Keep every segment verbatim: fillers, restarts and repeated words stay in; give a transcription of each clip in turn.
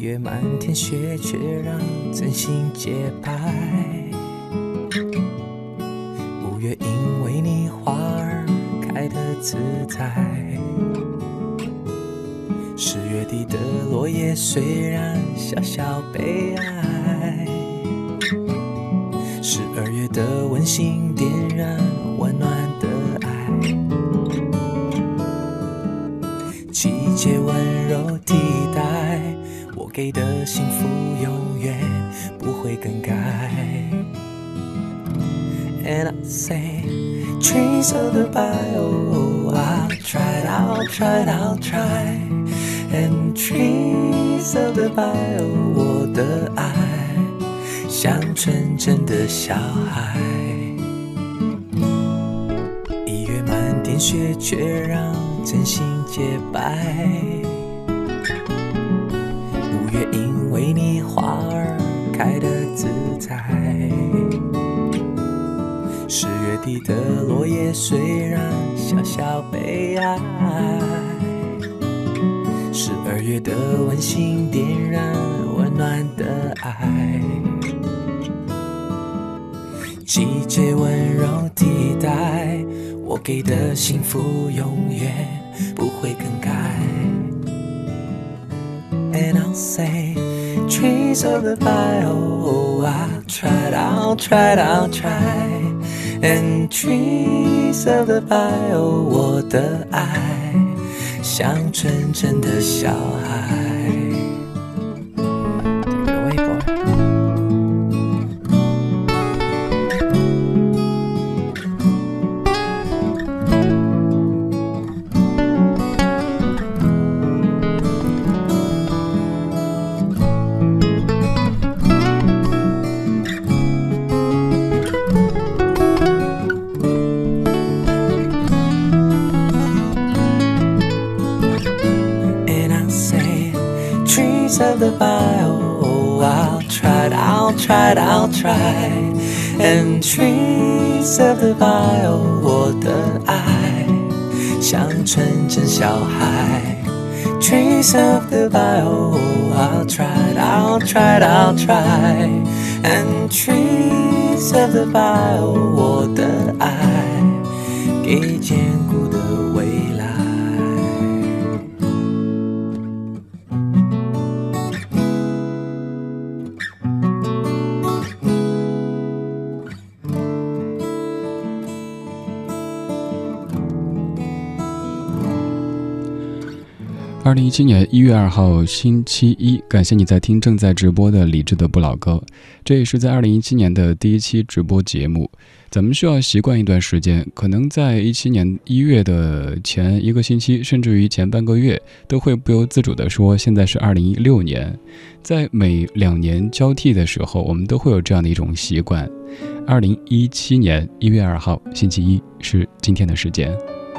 月满天雪，却让真心节拍。五月因为你花儿开得自在，十月底的落叶虽然小小悲哀，十二月的温馨点燃温暖的爱，季节温柔替代我给的幸福，永远不会更改。 And I say trees of the bio, I'll try it, I'll try it, I'll try. And trees of the bio, 我的爱像纯真的小孩。一月满天雪，却让真心洁白。五月因为你花儿开得自在，十月底的落叶虽然小小悲哀，十二月的温馨点燃温暖的爱，季节温柔替代我给的幸福，永远不会更改。 And I'll say trees of the bio, I'll try it, I'll try it, I'll try. And trees of the bio, 我的爱像纯真的小孩。Take it away, boy. Of the bio, I'll try it, I'll try it, I'll try. And trees of the bio, 我的爱像纯真小孩。Trees of the bio, I'll try it, I'll try it, I'll try. And trees of the bio, 我的爱给坚固的未来。 二零一七年一月二号星期一，感谢你在听正在直播的理智的不老歌。这也是在二零一七年的第一期直播节目。咱们需要习惯一段时间，可能在一七年一月的前一个星期，甚至于前半个月，都会不由自主地说现在是二零一六年。在每两年交替的时候，我们都会有这样的一种习惯。二零一七年一月二号星期一是今天的时间。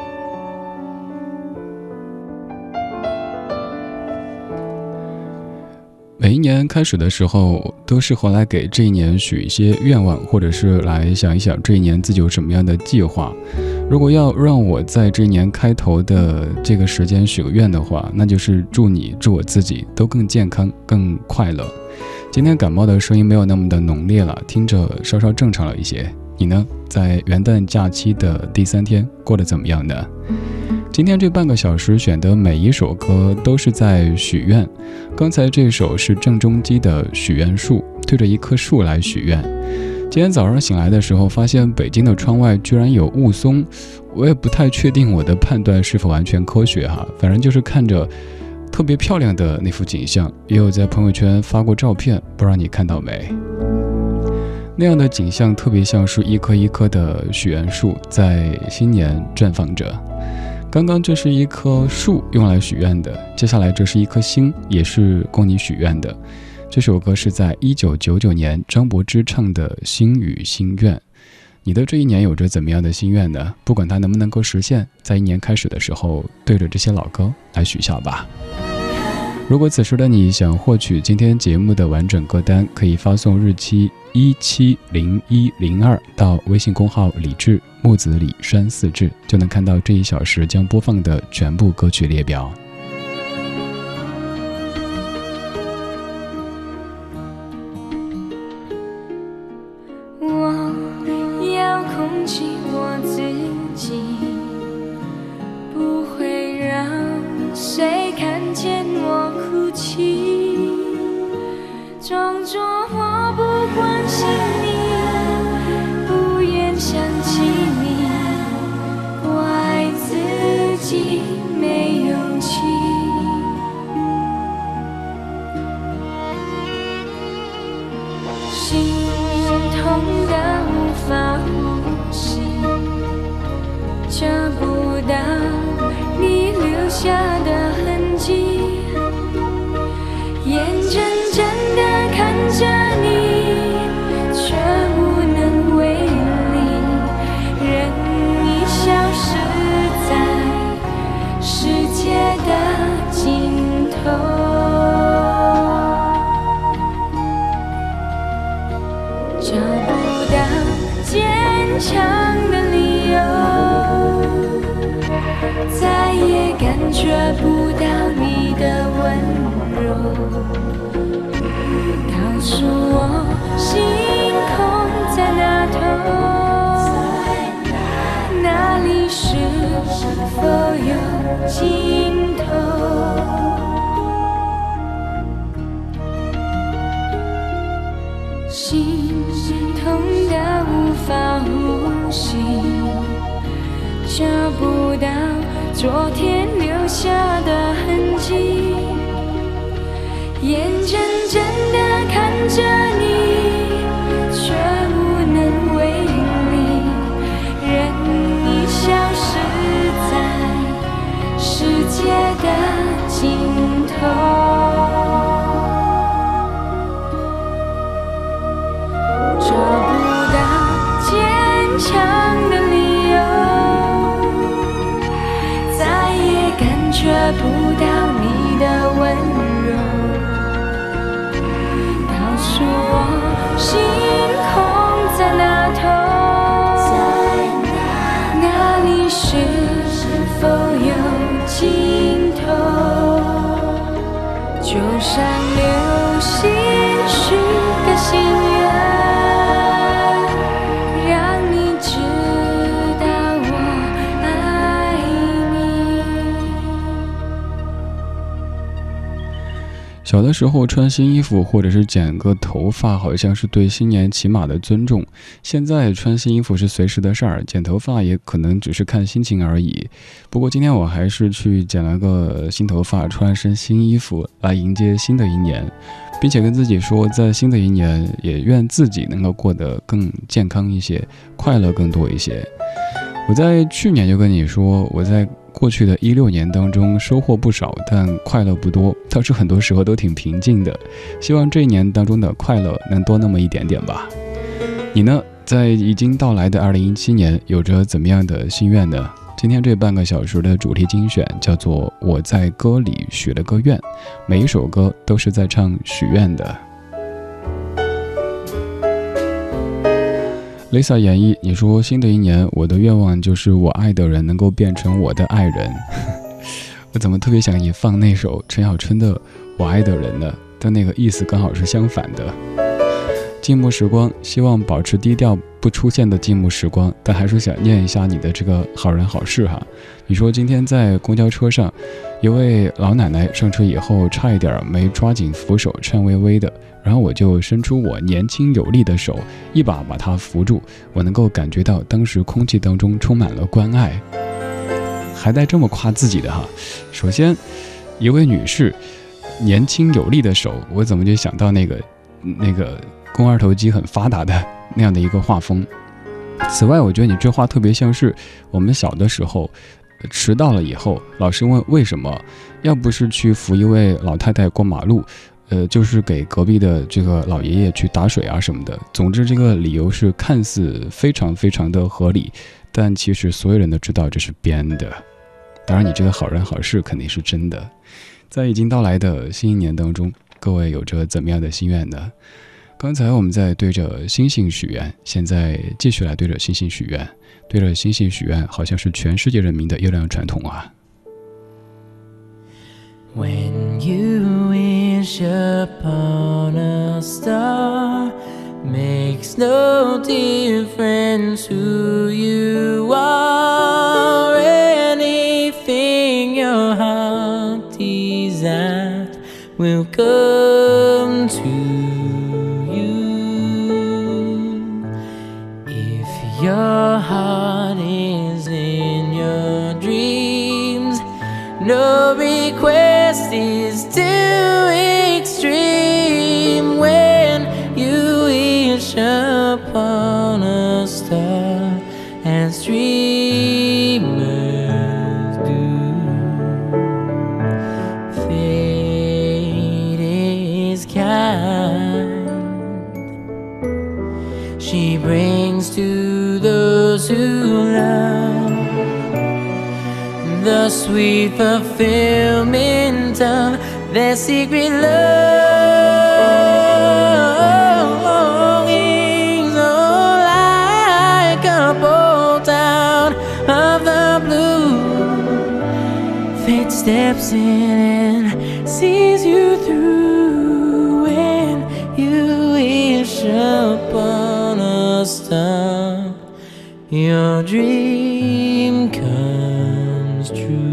每一年开始的时候，都适合来给这一年许一些愿望，或者是来想一想这一年自己有什么样的计划。如果要让我在这一年开头的这个时间许个愿的话，那就是祝你祝我自己都更健康更快乐。今天感冒的声音没有那么的浓烈了，听着稍稍正常了一些。你呢，在元旦假期的第三天过得怎么样呢？今天这半个小时选的每一首歌都是在许愿。刚才这首是郑中基的许愿树，对着一棵树来许愿。今天早上醒来的时候，发现北京的窗外居然有雾凇，我也不太确定我的判断是否完全科学哈，反正就是看着特别漂亮的那幅景象，也有在朋友圈发过照片，不知道你看到没？那样的景象特别像是一棵一棵的许愿树在新年绽放着。刚刚这是一棵树用来许愿的，接下来这是一颗星，也是供你许愿的。这首歌是在一九九九年张柏芝唱的《心语心愿》。你的这一年有着怎么样的心愿呢？不管它能不能够实现，在一年开始的时候，对着这些老歌来许下吧。如果此时的你想获取今天节目的完整歌单，可以发送日期一七零一零二到微信公号李志木子李山四志，就能看到这一小时将播放的全部歌曲列表。 起我自己，不会让谁看见我哭泣，装作我不关心你，不愿想起你，怪自己没勇气。心痛得无法呼吸，找不到你留下的痕迹，眼睁睁地看着你，却无能为力，任你消失在世界的尽头。找不到坚强的理由，再也感觉不到你的温柔，告诉我星空在那头，哪里是否有尽头。心痛得无法呼吸，找不到昨天留下的痕迹，眼睁睁地看着你，却无能为力，任你消失在世界的尽头。找不到坚强的理由，再也感觉不到你的温柔，告诉我星空在那头，哪里是否有尽头，就像流星许个心愿， 小的时候穿新衣服或者是剪个头发，好像是对新年起码的尊重。现在穿新衣服是随时的事儿，剪头发也可能只是看心情而已。不过今天我还是去剪了个新头发，穿身新衣服来迎接新的一年，并且跟自己说，在新的一年也愿自己能够过得更健康一些，快乐更多一些。我在去年就跟你说，我在过去的一六年当中收获不少，但快乐不多，倒是很多时候都挺平静的。希望这一年当中的快乐能多那么一点点吧。你呢，在已经到来的二零一七年有着怎么样的心愿呢？今天这半个小时的主题精选叫做我在歌里许了个愿，每一首歌都是在唱许愿的。Lisa 演绎，你说新的一年我的愿望就是我爱的人能够变成我的爱人。我怎么特别想你放那首陈小春的我爱的人呢？但那个意思刚好是相反的。静默时光，希望保持低调不出现的静默时光，但还是想念一下你的这个好人好事哈。你说今天在公交车上，一位老奶奶上车以后差一点没抓紧扶手，颤巍巍的，然后我就伸出我年轻有力的手，一把把她扶住。我能够感觉到当时空气当中充满了关爱。还带这么夸自己的哈。首先一位女士年轻有力的手，我怎么就想到那个那个肱二头肌很发达的那样的一个画风。此外，我觉得你这话特别像是我们小的时候迟到了以后，老师问为什么，要不是去扶一位老太太过马路，呃，就是给隔壁的这个老爷爷去打水啊什么的。总之，这个理由是看似非常非常的合理，但其实所有人都知道这是编的。当然，你这个好人好事肯定是真的。在已经到来的新一年当中，各位有着怎么样的心愿呢？刚才我们在对着星星许愿，现在继续来对着星星许愿。对着星星许愿，好像是全世界人民的优良传统啊。 When you wish upon a star, makes no difference who you come to you. If your heart is in your dreams, no request is too extreme. When you wish upon a star as dreamers do, fate is kind. She brings to those who love the sweet fulfillment of their secret longings. Oh, like a bolt out of the blue, fate steps in and sees you through. When you wish upon a star, your dream comes true.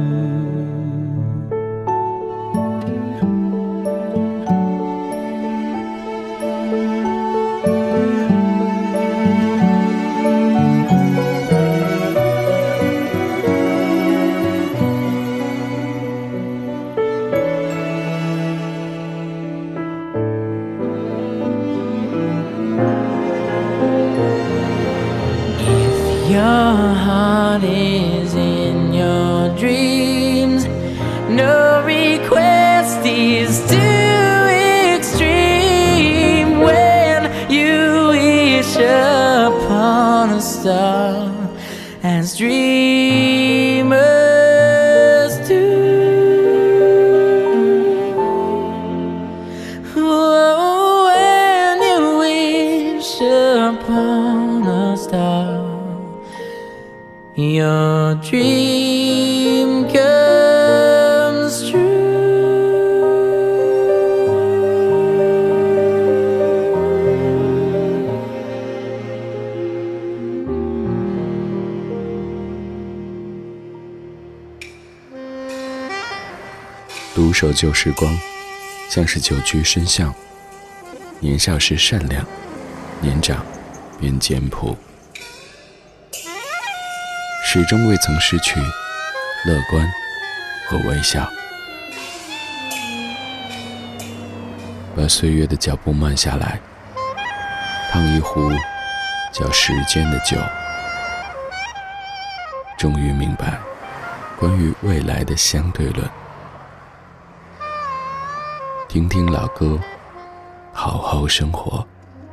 Your heart is in your dreams, no request is too extreme. When you wish upon a star as dreamers do, oh, when you wish upon a star, your dream comes true. 独守旧时光，像是久居深巷。年少时善良，年长便简朴，始终未曾失去乐观和微笑。把岁月的脚步慢下来，烫一壶叫时间的酒，终于明白关于未来的相对论。听听老歌，好好生活。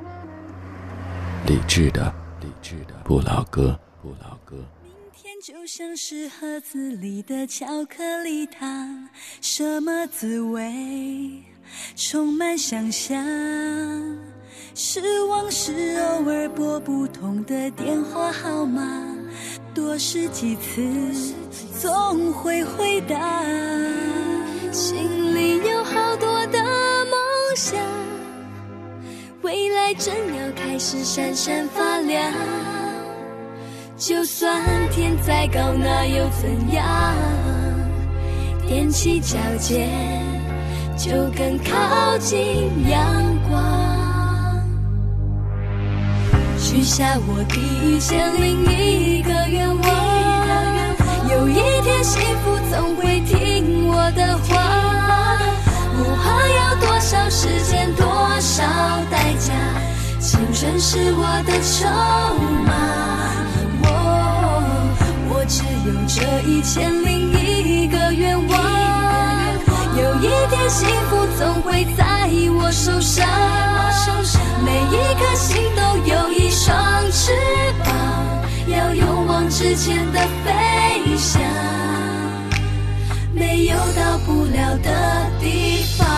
理智的理智的不老歌，不老歌。 明天就像是盒子里的巧克力糖，什么滋味充满想象。是往事偶尔拨不通的电话号码，多试几次总会回答。心里有好多的梦想，未来正要开始闪闪发亮。就算天再高那又怎样，踮起脚尖就更靠近阳光。许下我第一千零一个愿望，有一天幸福总会听我的话。不怕要多少时间多少代价，青春是我的筹码。我只有这一千零一个愿望，有一天幸福总会在我手上。每一颗心都有一双翅膀，要勇往直前的飞翔，没有到不了的地方。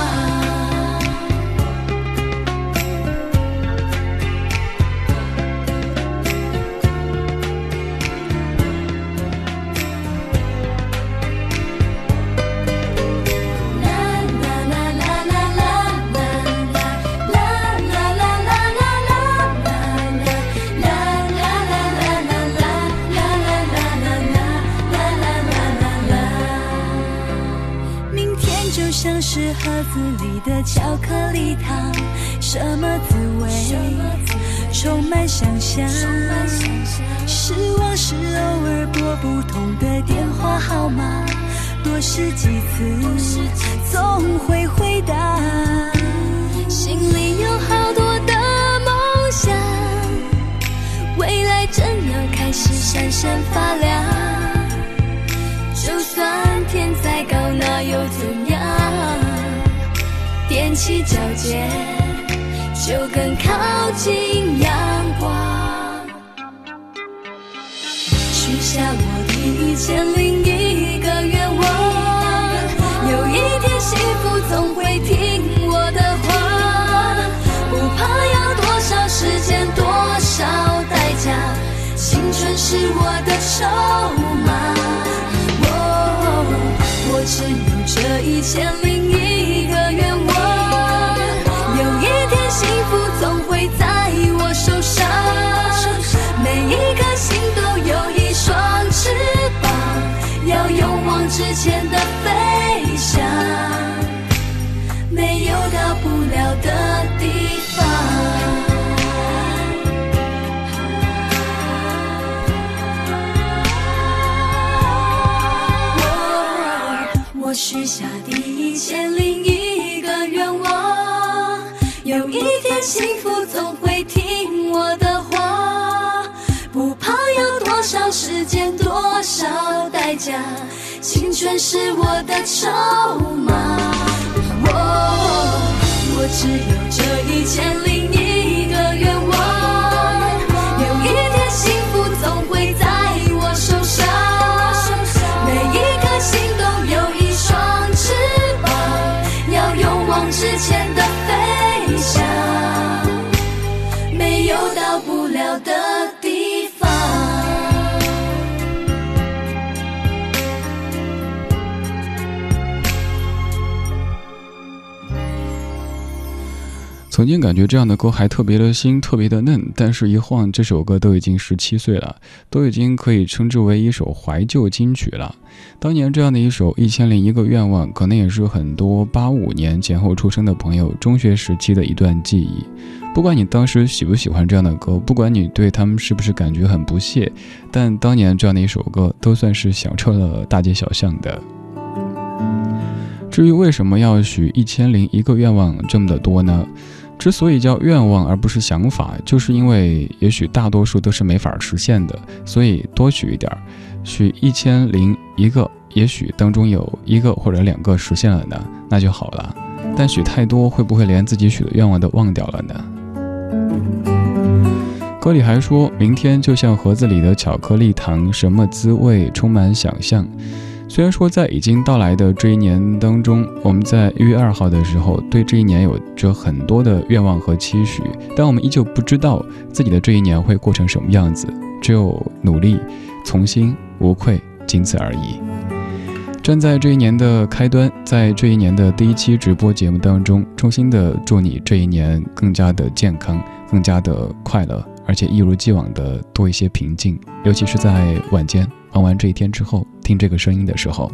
像是盒子里的巧克力糖，什么滋味充满想象，失望是偶尔拨不通的电话号码，多试几次总会回答，心里有好多的梦想，未来正要开始闪闪发亮，就算天再高那又怎样，踮起脚尖就更靠近阳光，许下我的一千零一个愿望，有一天幸福总会听我的话，不怕要多少时间多少代价，青春是我的筹码，我只有这一千零一个愿望，有一天幸福总会在我手上，每一颗心都有一双翅膀，要勇往直前的飞翔，没有到不了的地方。我许下第一千零一个愿望，有一天幸福总会听我的话，不怕要多少时间多少代价，青春是我的筹码，我我只有这一千零一个愿望，有一天幸福总会在我手上，每一颗心都有一双翅膀，要勇往直前的飞翔，没有到不了的地方。 曾经感觉这样的歌还特别的新，特别的嫩，但是一晃这首歌都已经十七岁了，都已经可以称之为一首怀旧金曲了。当年这样的一首一千零一个愿望，可能也是很多八五年前后出生的朋友中学时期的一段记忆。不管你当时喜不喜欢这样的歌，不管你对他们是不是感觉很不屑，但当年这样的一首歌都算是响彻了大街小巷的。至于为什么要许一千零一个愿望这么的多呢？之所以叫愿望而不是想法，就是因为也许大多数都是没法实现的，所以多许一点，许一千零一个，也许当中有一个或者两个实现了呢，那就好了。但许太多，会不会连自己许的愿望都忘掉了呢？歌里还说，明天就像盒子里的巧克力糖，什么滋味充满想象。虽然说在已经到来的这一年当中，我们在一月二号的时候对这一年有着很多的愿望和期许，但我们依旧不知道自己的这一年会过成什么样子，只有努力、从心、无愧，仅此而已。站在这一年的开端，在这一年的第一期直播节目当中，衷心的祝你这一年更加的健康，更加的快乐，而且一如既往的多一些平静，尤其是在晚间忙完这一天之后，听这个声音的时候。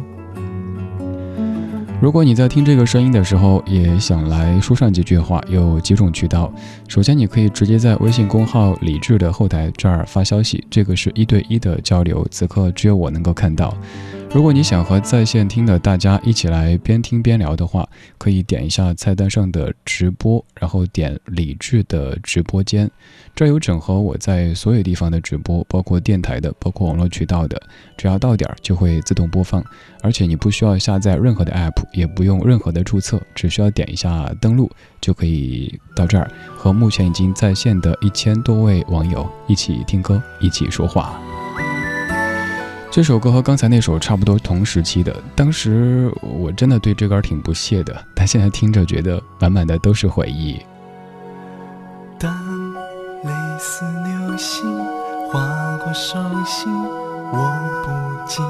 如果你在听这个声音的时候也想来说上几句话，有几种渠道。首先你可以直接在微信公号理智的后台这儿发消息，这个是一对一的交流，此刻只有我能够看到。如果你想和在线听的大家一起来边听边聊的话，可以点一下菜单上的直播，然后点理智的直播间，这儿有整合我在所有地方的直播，包括电台的，包括网络渠道的，只要到点就会自动播放，而且你不需要下载任何的 app， 也不用任何的注册，只需要点一下登录就可以到这儿，和目前已经在线的一千多位网友一起听歌，一起说话。这首歌和刚才那首差不多同时期的，当时我真的对这歌挺不屑的，但现在听着觉得满满的都是回忆。 当泪似流星划过手心，我不禁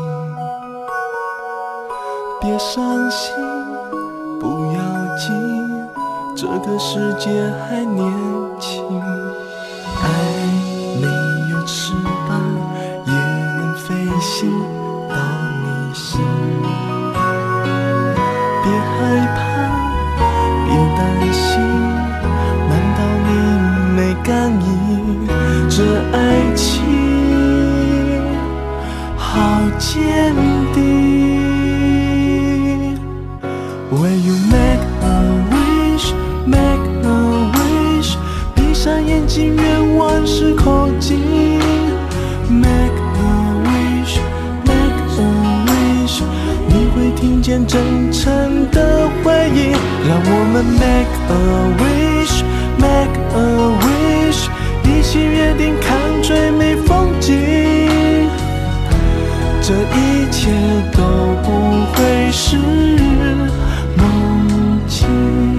别伤心，不要紧，这个世界还年轻，爱没有翅膀也能飞行到你心，别害怕感应，这爱情好坚定。When you make a wish, make a wish， 闭上眼睛，愿万事靠近。Make a wish, make a wish， 你会听见真诚的回应。让我们 make a wish, make a wish， 一起约定看最美风景。这一切都不会是梦境。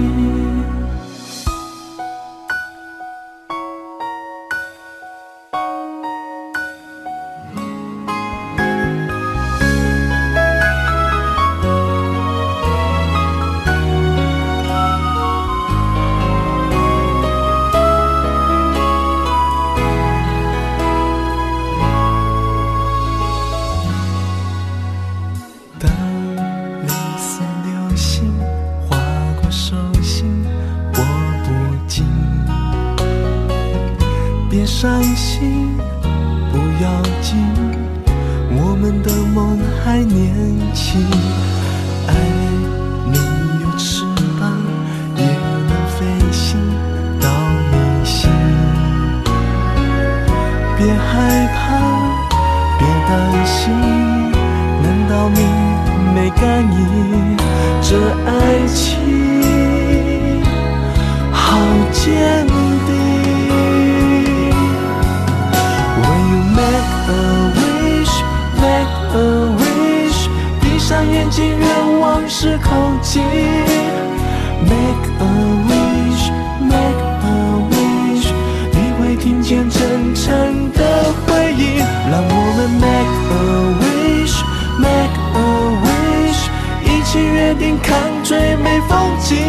伤心不要紧，我们的梦还年轻。爱你有翅膀，也能飞行到你心。别害怕，别担心，难道你没感应？这爱情好坚定。Make a wish, make a wish， 闭上眼睛，愿往事靠近。Make a wish, make a wish， 你会听见真诚的回应。让我们 make a wish, make a wish， 一起约定看最美风景。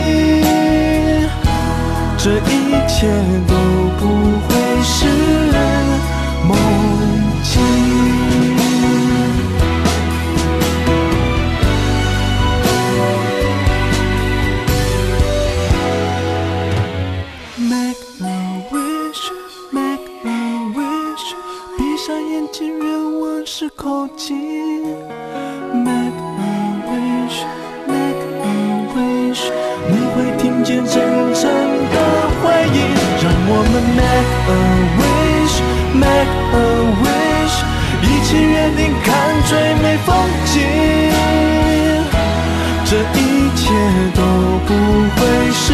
这一切都不会是梦境。Make a wish, make a wish， 闭上眼睛，愿万事靠近。Make a wish, make a wish， 你会听见真诚的回应。让我们 make a wish，Make a wish， 一起约定看最美风景。这一切都不会是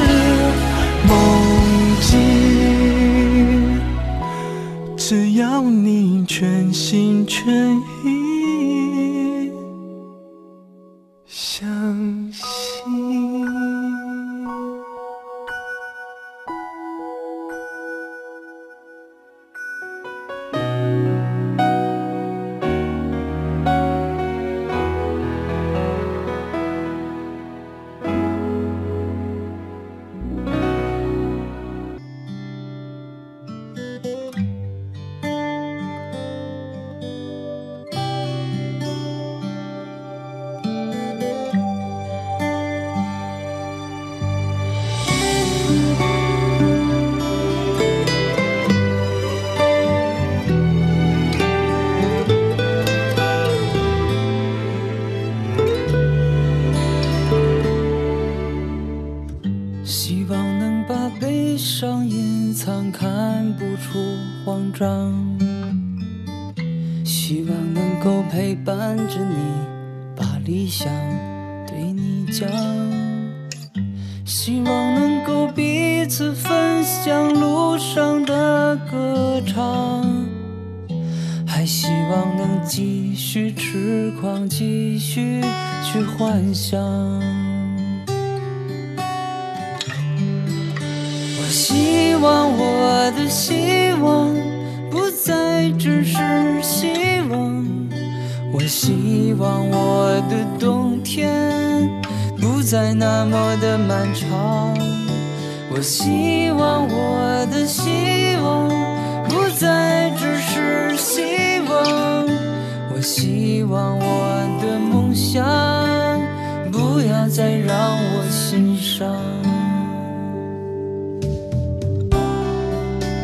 梦境，只要你全心全意相信。 希望能够陪伴着你，把理想对你讲，希望能够彼此分享路上的歌唱，还希望能继续痴狂，继续去幻想。我希望我的希望不再只是希望，我希望我的冬天不再那么的漫长，我希望我的希望不再只是希望，我希望我的梦想不要再让我心伤。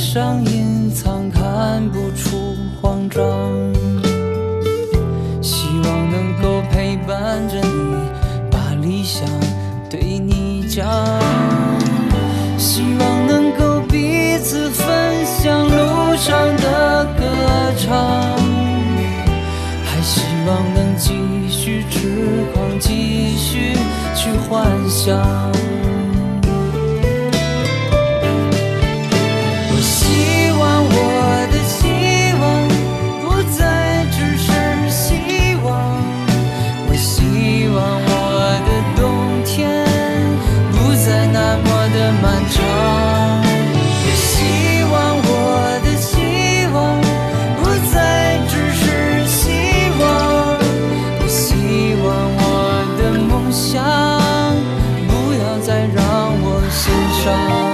上隐藏，看不出慌张。希望能够陪伴着你，把理想对你讲。希望能够彼此分享路上的歌唱，还希望能继续痴狂，继续去幻想。我希望我的希望不再只是希望，我希望我的冬天不再那么的漫长。我希望我的希望不再只是希望，我希望我的梦想不要再让我心伤。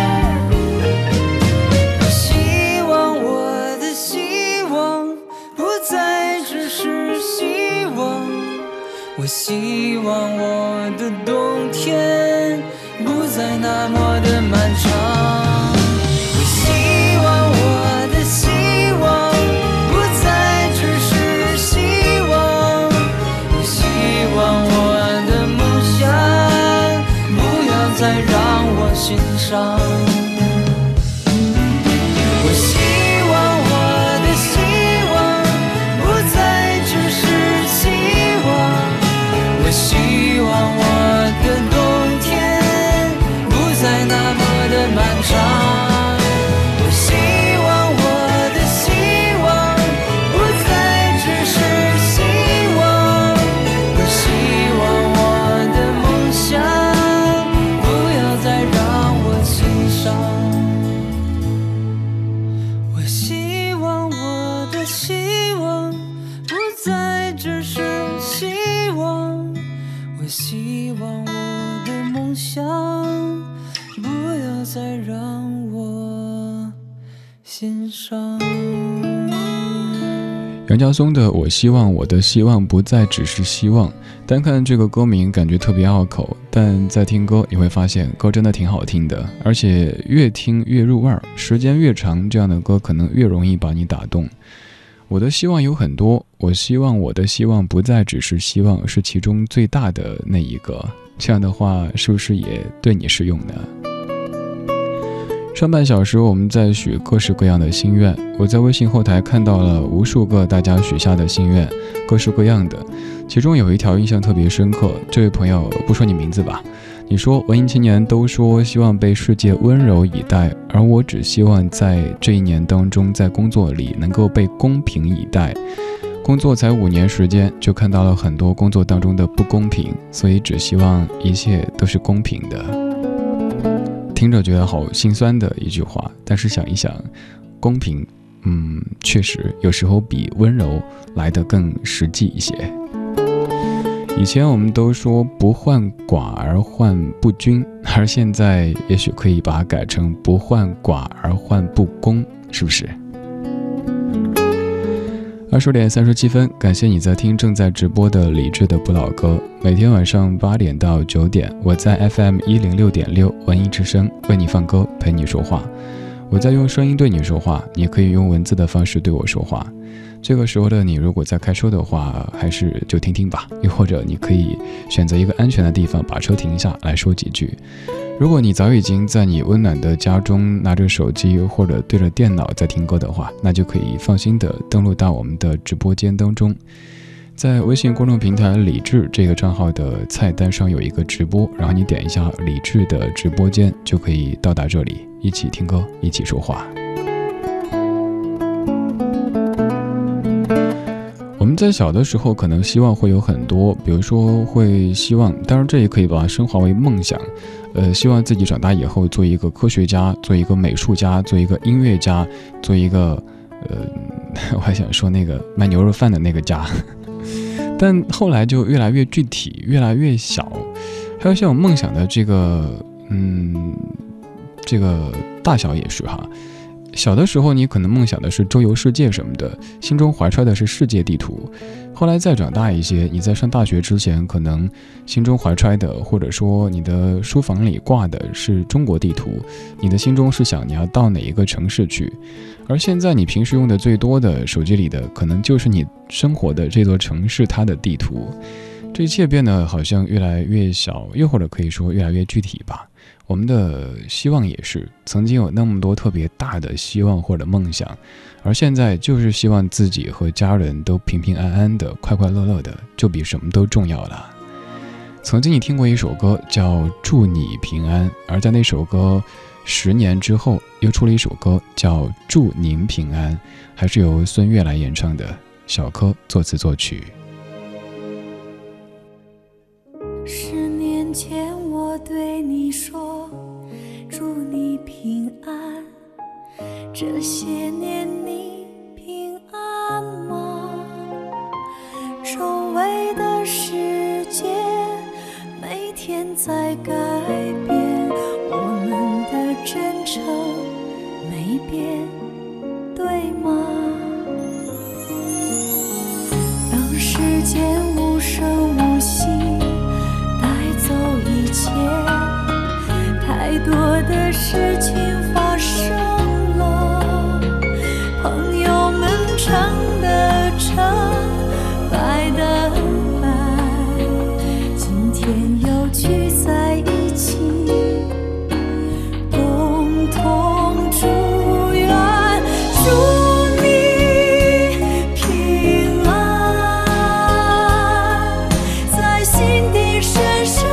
我希望我的希望不再只是希望，我希望我的冬天不再那么的漫长。我希望我的希望不再只是希望，我希望我的梦想不要再让我心伤。我希望我的希望不再只是希望，我希望我的冬天不再那么的漫长。我希望我的希望不再只是希望，我希望我的梦想不要再让我心伤。我希望我的希望不再只是希望，我希望我的梦想不要再让我心伤。 杨家松的《我希望我的希望不再只是希望》，单看这个歌名感觉特别拗口，但在听歌你会发现歌真的挺好听的，而且越听越入味儿，时间越长，这样的歌可能越容易把你打动。我的希望有很多，我希望我的希望不再只是希望，是其中最大的那一个。这样的话是不是也对你适用呢？上半小时我们在许各式各样的心愿，我在微信后台看到了无数个大家许下的心愿，各式各样的，其中有一条印象特别深刻。这位朋友，不说你名字吧，你说文艺青年都说希望被世界温柔以待，而我只希望在这一年当中，在工作里能够被公平以待。工作才五年时间，就看到了很多工作当中的不公平，所以只希望一切都是公平的。听着觉得好心酸的一句话，但是想一想，公平，嗯，确实有时候比温柔来得更实际一些。以前我们都说不患寡而患不均，而现在也许可以把它改成不患寡而患不公，是不是？二十点三十七分，感谢你在听正在直播的理智的不老歌。每天晚上八点到九点，我在 F M 一零六点六文艺之声为你放歌，陪你说话。我在用声音对你说话，你可以用文字的方式对我说话。这个时候的你如果在开车的话，还是就听听吧，又或者你可以选择一个安全的地方把车停下来说几句。如果你早已经在你温暖的家中拿着手机或者对着电脑在听歌的话，那就可以放心的登录到我们的直播间当中。在微信公众平台理智这个账号的菜单上有一个直播，然后你点一下理智的直播间，就可以到达这里，一起听歌，一起说话。我们在小的时候可能希望会有很多，比如说会希望，当然这也可以把它升华为梦想，呃，希望自己长大以后做一个科学家，做一个美术家，做一个音乐家，做一个呃，我还想说那个卖牛肉饭的那个家，但后来就越来越具体，越来越小。还有像我梦想的这个，嗯，这个大小也是哈。 小的时候你可能梦想的是周游世界什么的，心中怀揣的是世界地图。后来再长大一些，你在上大学之前，可能心中怀揣的，或者说你的书房里挂的是中国地图，你的心中是想你要到哪一个城市去。而现在你平时用的最多的手机里的，可能就是你生活的这座城市它的地图。这一切变得好像越来越小，又或者可以说越来越具体吧。我们的希望也是，曾经有那么多特别大的希望或者梦想，而现在就是希望自己和家人都平平安安的、快快乐乐的，就比什么都重要了。曾经你听过一首歌叫《祝你平安》，而在那首歌十年之后又出了一首歌叫《祝您平安》，还是由孙悦来演唱的，小柯作词作曲。 十年前我对你说祝你平安，这些年你平安吗？周围的世界每天在改变，我们的真诚没变，对吗？让时间无声无息一切，太多的事情发生了，朋友们唱的唱，拜的拜，今天又聚在一起，共同祝愿，祝你平安，在心底深深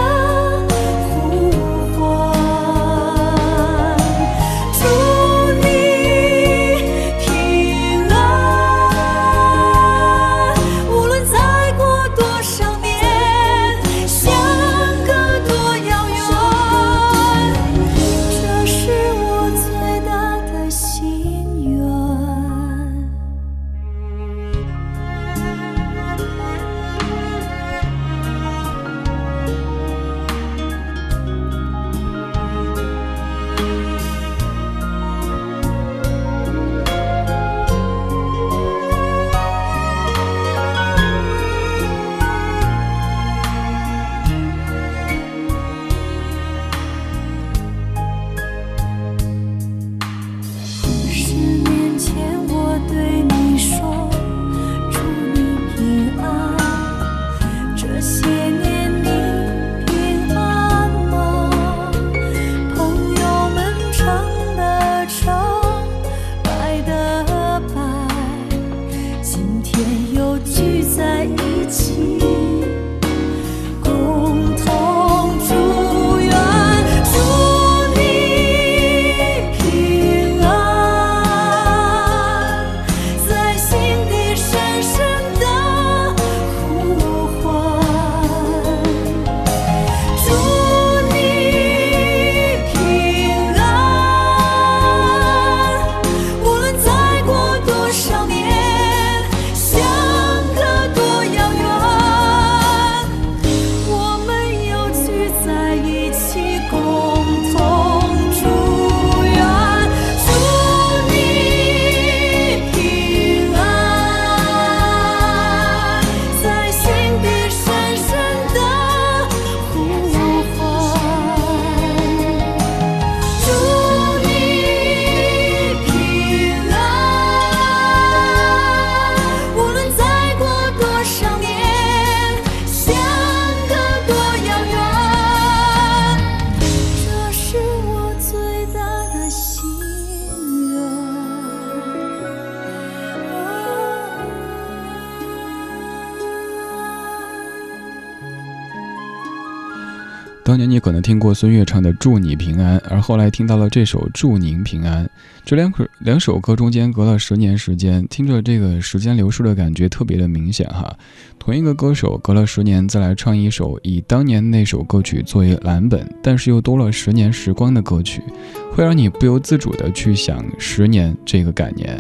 当年你可能听过孙悦唱的《祝你平安》，而后来听到了这首《祝您平安》，这两首两首歌中间隔了十年时间，听着这个时间流逝的感觉特别的明显哈。同一个歌手隔了十年再来唱一首以当年那首歌曲作为蓝本，但是又多了十年时光的歌曲，会让你不由自主的去想十年这个概念。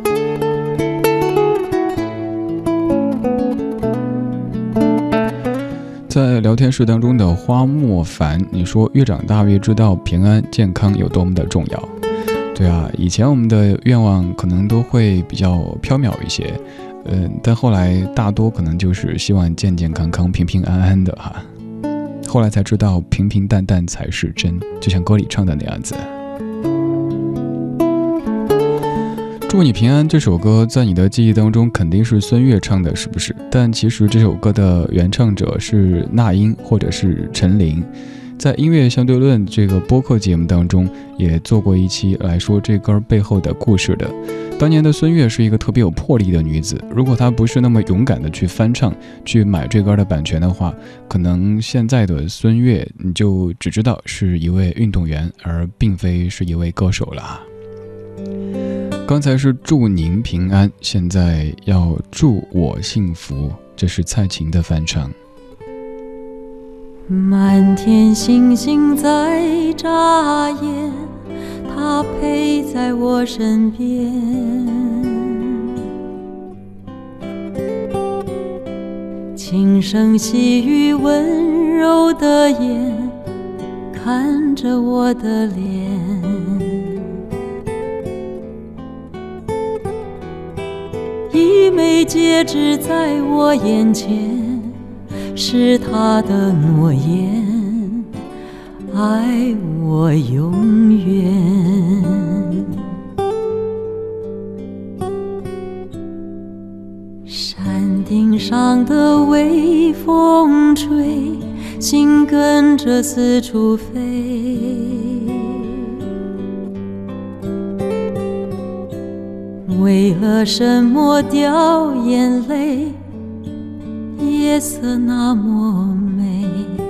在聊天室当中的花莫凡，你说越长大越知道平安健康有多么的重要。 对啊，以前我们的愿望可能都会比较缥缈一些，嗯，但后来大多可能就是希望健健康康、平平安安的哈。后来才知道，平平淡淡才是真，就像歌里唱的那样子。祝你平安这首歌在你的记忆当中肯定是孙悦唱的，是不是？但其实这首歌的原唱者是那英或者是陈琳。在音乐相对论这个播客节目当中也做过一期来说这歌背后的故事的。当年的孙悦是一个特别有魄力的女子，如果她不是那么勇敢的去翻唱去买这歌的版权的话，可能现在的孙悦你就只知道是一位运动员，而并非是一位歌手了。刚才是祝您平安，现在要祝我幸福，这是蔡琴的翻唱。 满天星星在眨眼，它陪在我身边，轻声细语温柔的眼看着我的脸，一枚戒指在我眼前，是他的诺言，爱我永远。山顶上的微风吹，心跟着四处飞，为了什么掉眼泪？夜色那么美，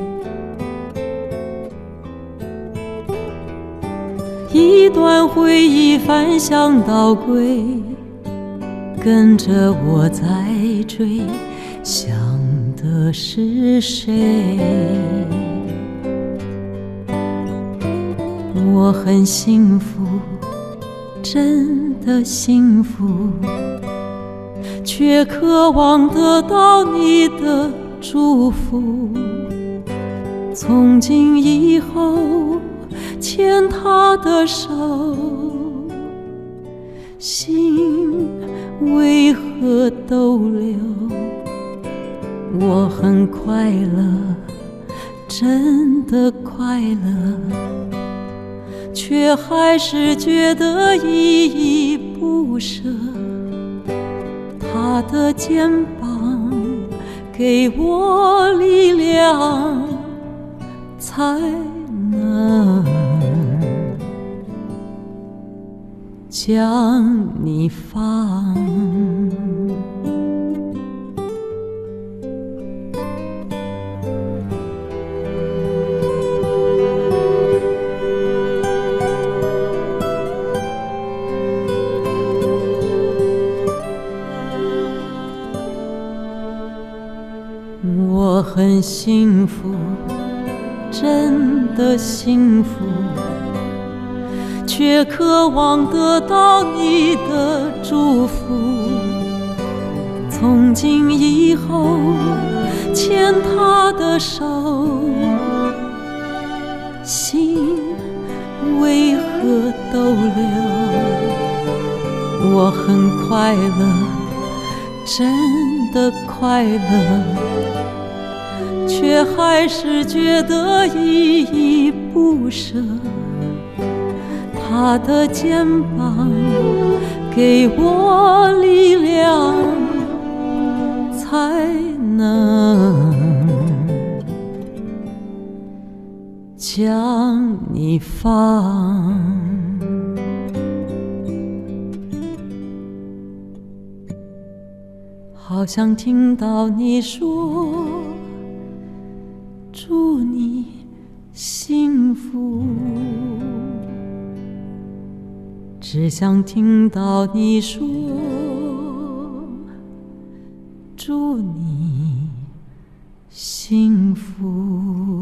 一段回忆翻箱倒柜，跟着我在追，想的是谁？我很幸福，真的幸福，却渴望得到你的祝福。从今以后牵他的手，心为何逗留？我很快乐，真的快乐，却还是觉得依依不舍。他的肩膀给我力量，才能将你放。我很幸福，真的幸福，却渴望得到你的祝福。从今以后牵他的手，心为何逗留？我很快乐，真的快乐，却还是觉得依依不舍。他的肩膀给我力量，才能将你放。好想听到你说祝你幸福，只想听到你说祝你幸福。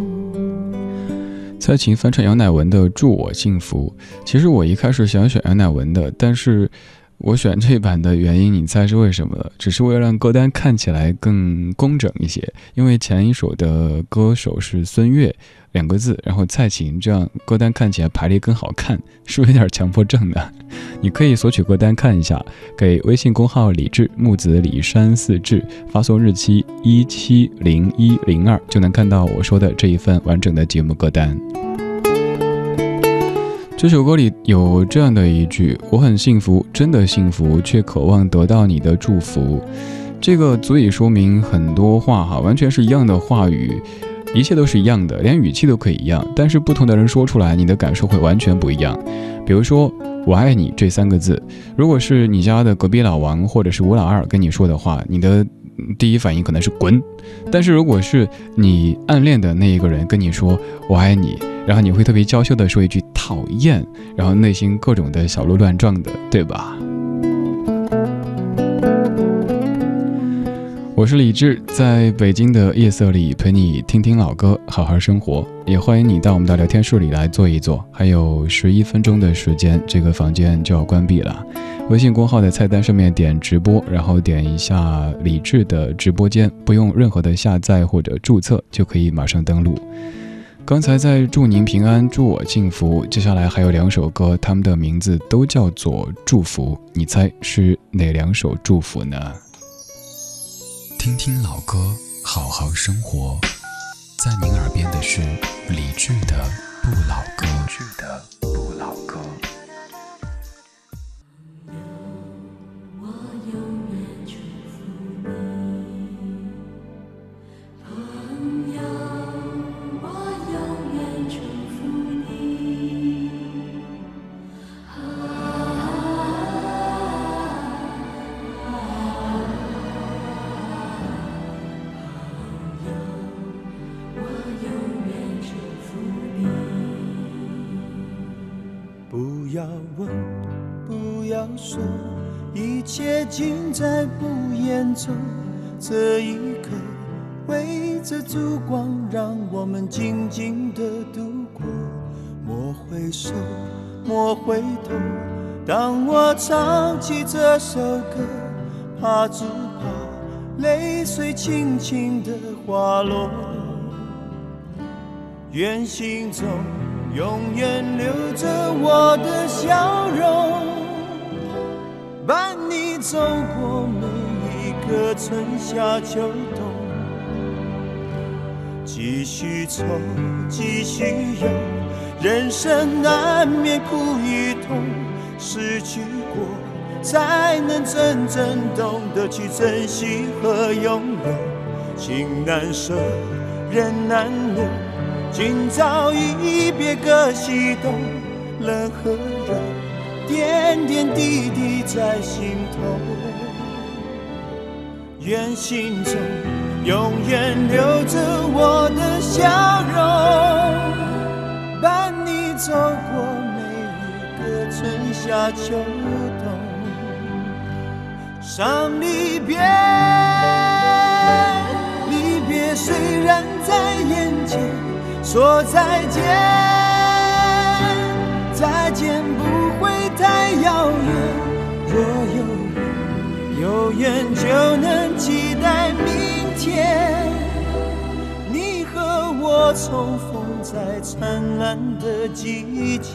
蔡琴翻唱杨乃文的《祝我幸福》，其实我一开始想选杨乃文的，但是我选这版的原因，你猜是为什么了？只是为了让歌单看起来更工整一些。因为前一首的歌手是孙悦两个字，然后蔡琴，这样歌单看起来排列更好看，是不是有点强迫症的？你可以索取歌单看一下，给微信公号李志木子李山四志发送日期一七零一零二，就能看到我说的这一份完整的节目歌单。这首歌里有这样的一句：我很幸福，真的幸福，却渴望得到你的祝福。这个足以说明很多话哈，完全是一样的话语，一切都是一样的，连语气都可以一样，但是不同的人说出来，你的感受会完全不一样。比如说我爱你这三个字，如果是你家的隔壁老王或者是吴老二跟你说的话，你的第一反应可能是滚，但是如果是你暗恋的那一个人跟你说我爱你，然后你会特别娇羞的说一句讨厌，然后内心各种的小鹿乱撞的，对吧？我是李志，在北京的夜色里陪你听听老歌，好好生活。也欢迎你到我们的聊天室里来坐一坐。还有十一分钟的时间，这个房间就要关闭了。微信公号的菜单上面点直播，然后点一下李志的直播间，不用任何的下载或者注册，就可以马上登录。刚才在祝您平安，祝我幸福，接下来还有两首歌，他们的名字都叫做祝福，你猜是哪两首祝福呢？听听老歌，好好生活，在您耳边的是李志的不老歌。李志的不老歌。 不要问，不要说，一切尽在不言中。这一刻，围着烛光，让我们静静地度过。莫回首，莫回头，当我唱起这首歌，怕只怕泪水轻轻地滑落。愿心中永远留着我的笑容，伴你走过每一个春夏秋冬。继续愁，继续忧，人生难免苦与痛，失去过才能真正懂得去珍惜和拥有。情难舍，人难留，今朝一别各西东，冷和热点点滴滴在心头。愿心中永远留着我的笑容，伴你走过每一个春夏秋冬。伤离别，离别虽然在眼前，说再见，再见不会太遥远。若有缘，有缘就能期待明天，你和我重逢在灿烂的季节。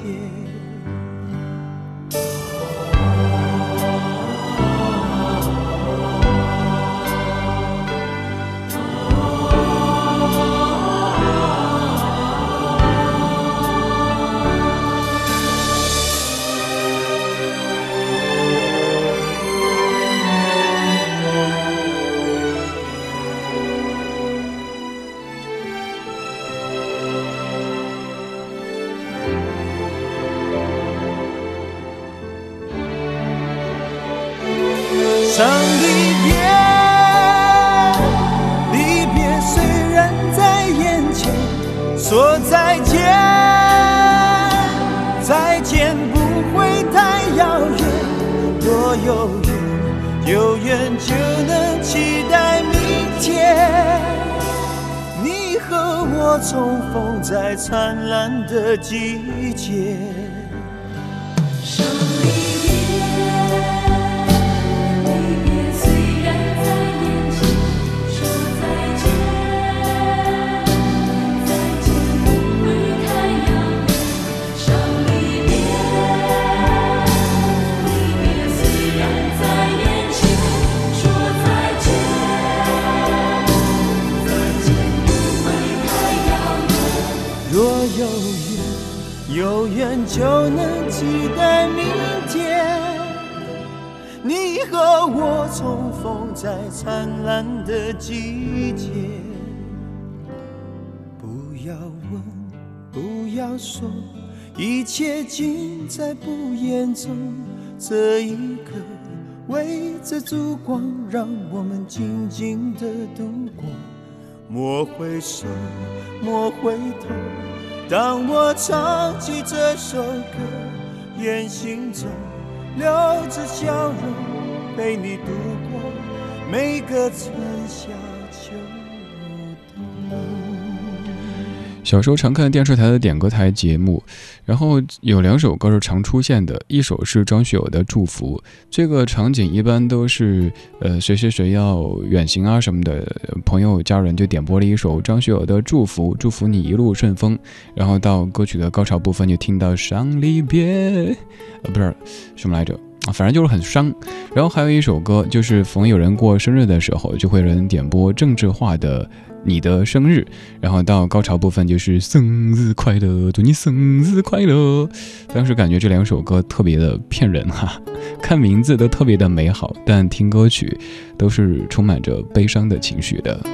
伤离别，离别虽然在眼前，说再见，再见不会太遥远。若有缘，有缘就能期待明天，你和我重逢在灿烂的季节。伤离别， 和我重逢在灿烂的季节。不要问，不要说，一切尽在不言中。这一刻围着烛光，让我们静静地度过。莫回首，莫回头，当我唱起这首歌，眼心中留着笑容，陪你度过每个春夏秋冬。 小时候常看电视台的点歌台节目，然后有两首歌是常出现的，一首是张学友的《祝福》，这个场景一般都是呃谁谁谁要远行啊什么的，朋友家人就点播了一首张学友的《祝福》，祝福你一路顺风。然后到歌曲的高潮部分就听到伤离别，呃不是什么来着，反正就是很伤。然后还有一首歌，就是逢有人过生日的时候，就会有人点播郑智化的你的生日，然后到高潮部分就是生日快乐，祝你生日快乐。当时感觉这两首歌特别的骗人哈，看名字都特别的美好，但听歌曲都是充满着悲伤的情绪的。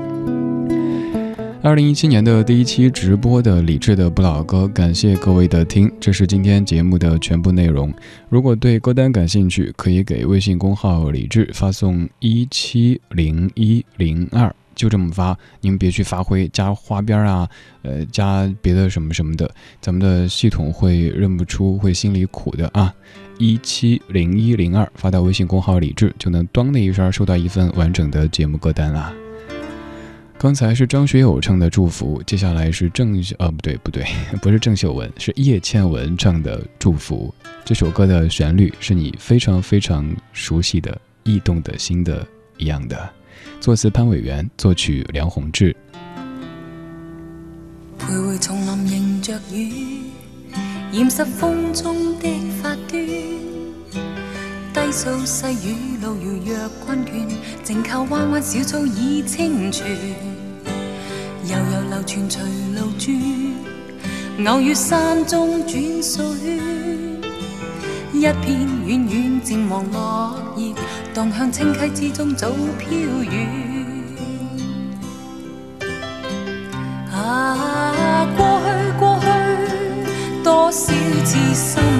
二零一七年的第一期直播的理智的不老歌，感谢各位的听，这是今天节目的全部内容。如果对歌单感兴趣，可以给微信公号理智发送一七零一零二，就这么发，您别去发挥加花边啊，呃，加别的什么什么的，咱们的系统会认不出，会心里苦的啊。一七零一零二发到微信公号理智，就能当的一声收到一份完整的节目歌单啦。刚才是张学友唱的《祝福》，接下来是郑呃不对不对，不是郑秀文，是叶倩文唱的《祝福》。这首歌的旋律是你非常非常熟悉的《驿动的心》的一样的，作词潘伟元，作曲梁鸿志。 徘徊丛林迎着雨，掩饰风中的发端，低诉细雨路遥若困倦，静靠弯弯小草已清泉，悠悠流泉随路转，偶遇山中转数圈，一片远远渐黄落叶，荡向清溪之中早飘远。啊，过去过去，多少次心